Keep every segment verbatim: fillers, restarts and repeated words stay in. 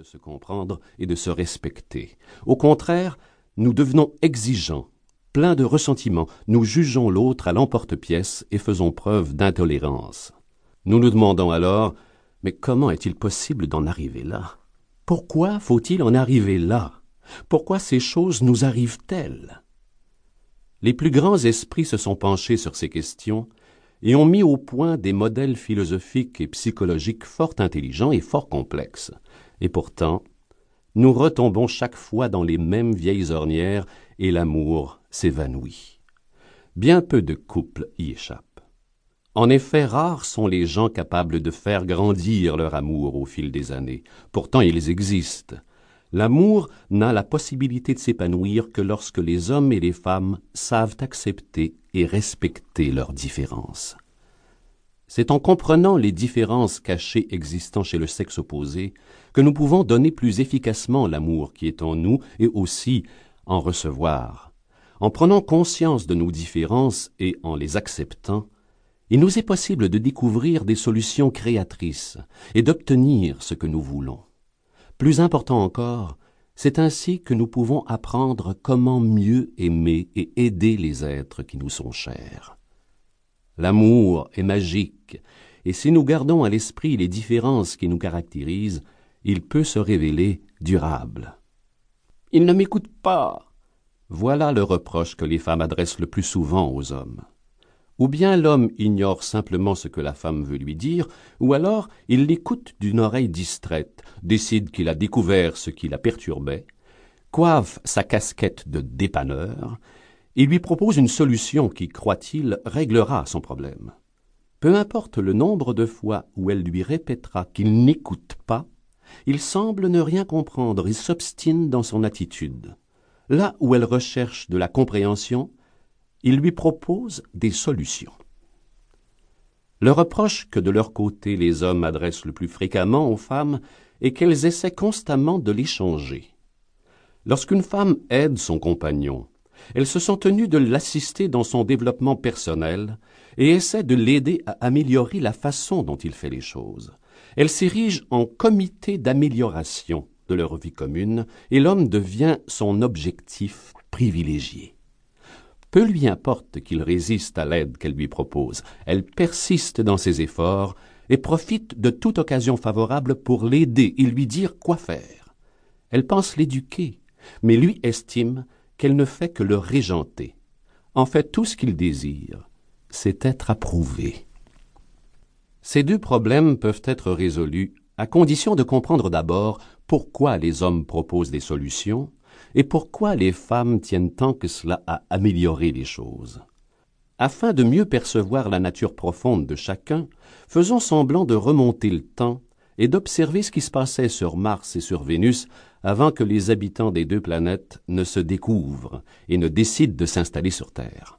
de se comprendre et de se respecter. Au contraire, nous devenons exigeants, pleins de ressentiment, nous jugeons l'autre à l'emporte-pièce et faisons preuve d'intolérance. Nous nous demandons alors, mais comment est-il possible d'en arriver là? Pourquoi faut-il en arriver là? Pourquoi ces choses nous arrivent-elles? Les plus grands esprits se sont penchés sur ces questions et ont mis au point des modèles philosophiques et psychologiques fort intelligents et fort complexes. Et pourtant, nous retombons chaque fois dans les mêmes vieilles ornières et l'amour s'évanouit. Bien peu de couples y échappent. En effet, rares sont les gens capables de faire grandir leur amour au fil des années. Pourtant, ils existent. L'amour n'a la possibilité de s'épanouir que lorsque les hommes et les femmes savent accepter et respecter leurs différences. C'est en comprenant les différences cachées existant chez le sexe opposé que nous pouvons donner plus efficacement l'amour qui est en nous et aussi en recevoir. En prenant conscience de nos différences et en les acceptant, il nous est possible de découvrir des solutions créatrices et d'obtenir ce que nous voulons. Plus important encore, c'est ainsi que nous pouvons apprendre comment mieux aimer et aider les êtres qui nous sont chers. L'amour est magique, et si nous gardons à l'esprit les différences qui nous caractérisent, il peut se révéler durable. « Il ne m'écoute pas !» Voilà le reproche que les femmes adressent le plus souvent aux hommes. Ou bien l'homme ignore simplement ce que la femme veut lui dire, ou alors il l'écoute d'une oreille distraite, décide qu'il a découvert ce qui la perturbait, coiffe sa casquette de dépanneur et lui propose une solution qui, croit-il, réglera son problème. Peu importe le nombre de fois où elle lui répétera qu'il n'écoute pas, il semble ne rien comprendre et s'obstine dans son attitude. Là où elle recherche de la compréhension, il lui propose des solutions. Le reproche que de leur côté les hommes adressent le plus fréquemment aux femmes est qu'elles essaient constamment de les changer. Lorsqu'une femme aide son compagnon, elle se sent tenue de l'assister dans son développement personnel et essaie de l'aider à améliorer la façon dont il fait les choses. Elle s'érige en comité d'amélioration de leur vie commune et l'homme devient son objectif privilégié. Peu lui importe qu'il résiste à l'aide qu'elle lui propose. Elle persiste dans ses efforts et profite de toute occasion favorable pour l'aider et lui dire quoi faire. Elle pense l'éduquer, mais lui estime qu'elle ne fait que le régenter. En fait, tout ce qu'il désire, c'est être approuvé. Ces deux problèmes peuvent être résolus à condition de comprendre d'abord pourquoi les hommes proposent des solutions et pourquoi les femmes tiennent tant que cela à améliorer les choses. Afin de mieux percevoir la nature profonde de chacun, faisons semblant de remonter le temps et d'observer ce qui se passait sur Mars et sur Vénus avant que les habitants des deux planètes ne se découvrent et ne décident de s'installer sur Terre.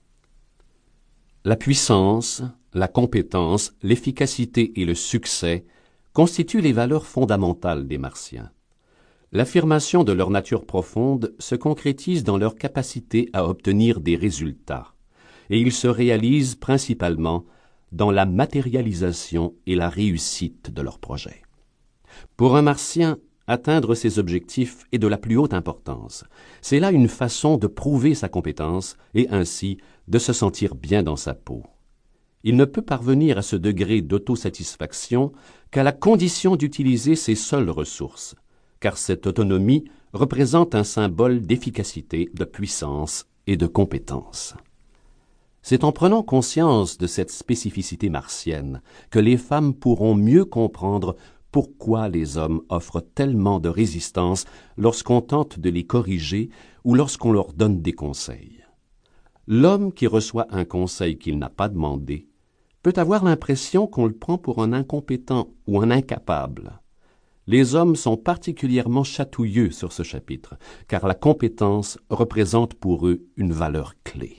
La puissance, la compétence, l'efficacité et le succès constituent les valeurs fondamentales des Martiens. L'affirmation de leur nature profonde se concrétise dans leur capacité à obtenir des résultats, et ils se réalisent principalement dans la matérialisation et la réussite de leurs projets. Pour un Martien, atteindre ses objectifs est de la plus haute importance. C'est là une façon de prouver sa compétence et ainsi de se sentir bien dans sa peau. Il ne peut parvenir à ce degré d'autosatisfaction qu'à la condition d'utiliser ses seules ressources, car cette autonomie représente un symbole d'efficacité, de puissance et de compétence. C'est en prenant conscience de cette spécificité martienne que les femmes pourront mieux comprendre pourquoi les hommes offrent tellement de résistance lorsqu'on tente de les corriger ou lorsqu'on leur donne des conseils. L'homme qui reçoit un conseil qu'il n'a pas demandé peut avoir l'impression qu'on le prend pour un incompétent ou un incapable. Les hommes sont particulièrement chatouilleux sur ce chapitre, car la compétence représente pour eux une valeur clé.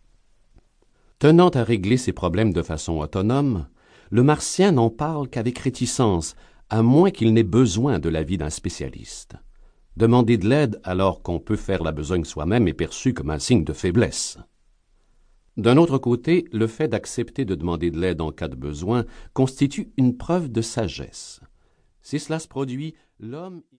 Tenant à régler ses problèmes de façon autonome, le Martien n'en parle qu'avec réticence, à moins qu'il n'ait besoin de l'avis d'un spécialiste. Demander de l'aide alors qu'on peut faire la besogne soi-même est perçu comme un signe de faiblesse. D'un autre côté, le fait d'accepter de demander de l'aide en cas de besoin constitue une preuve de sagesse. Si cela se produit, l'homme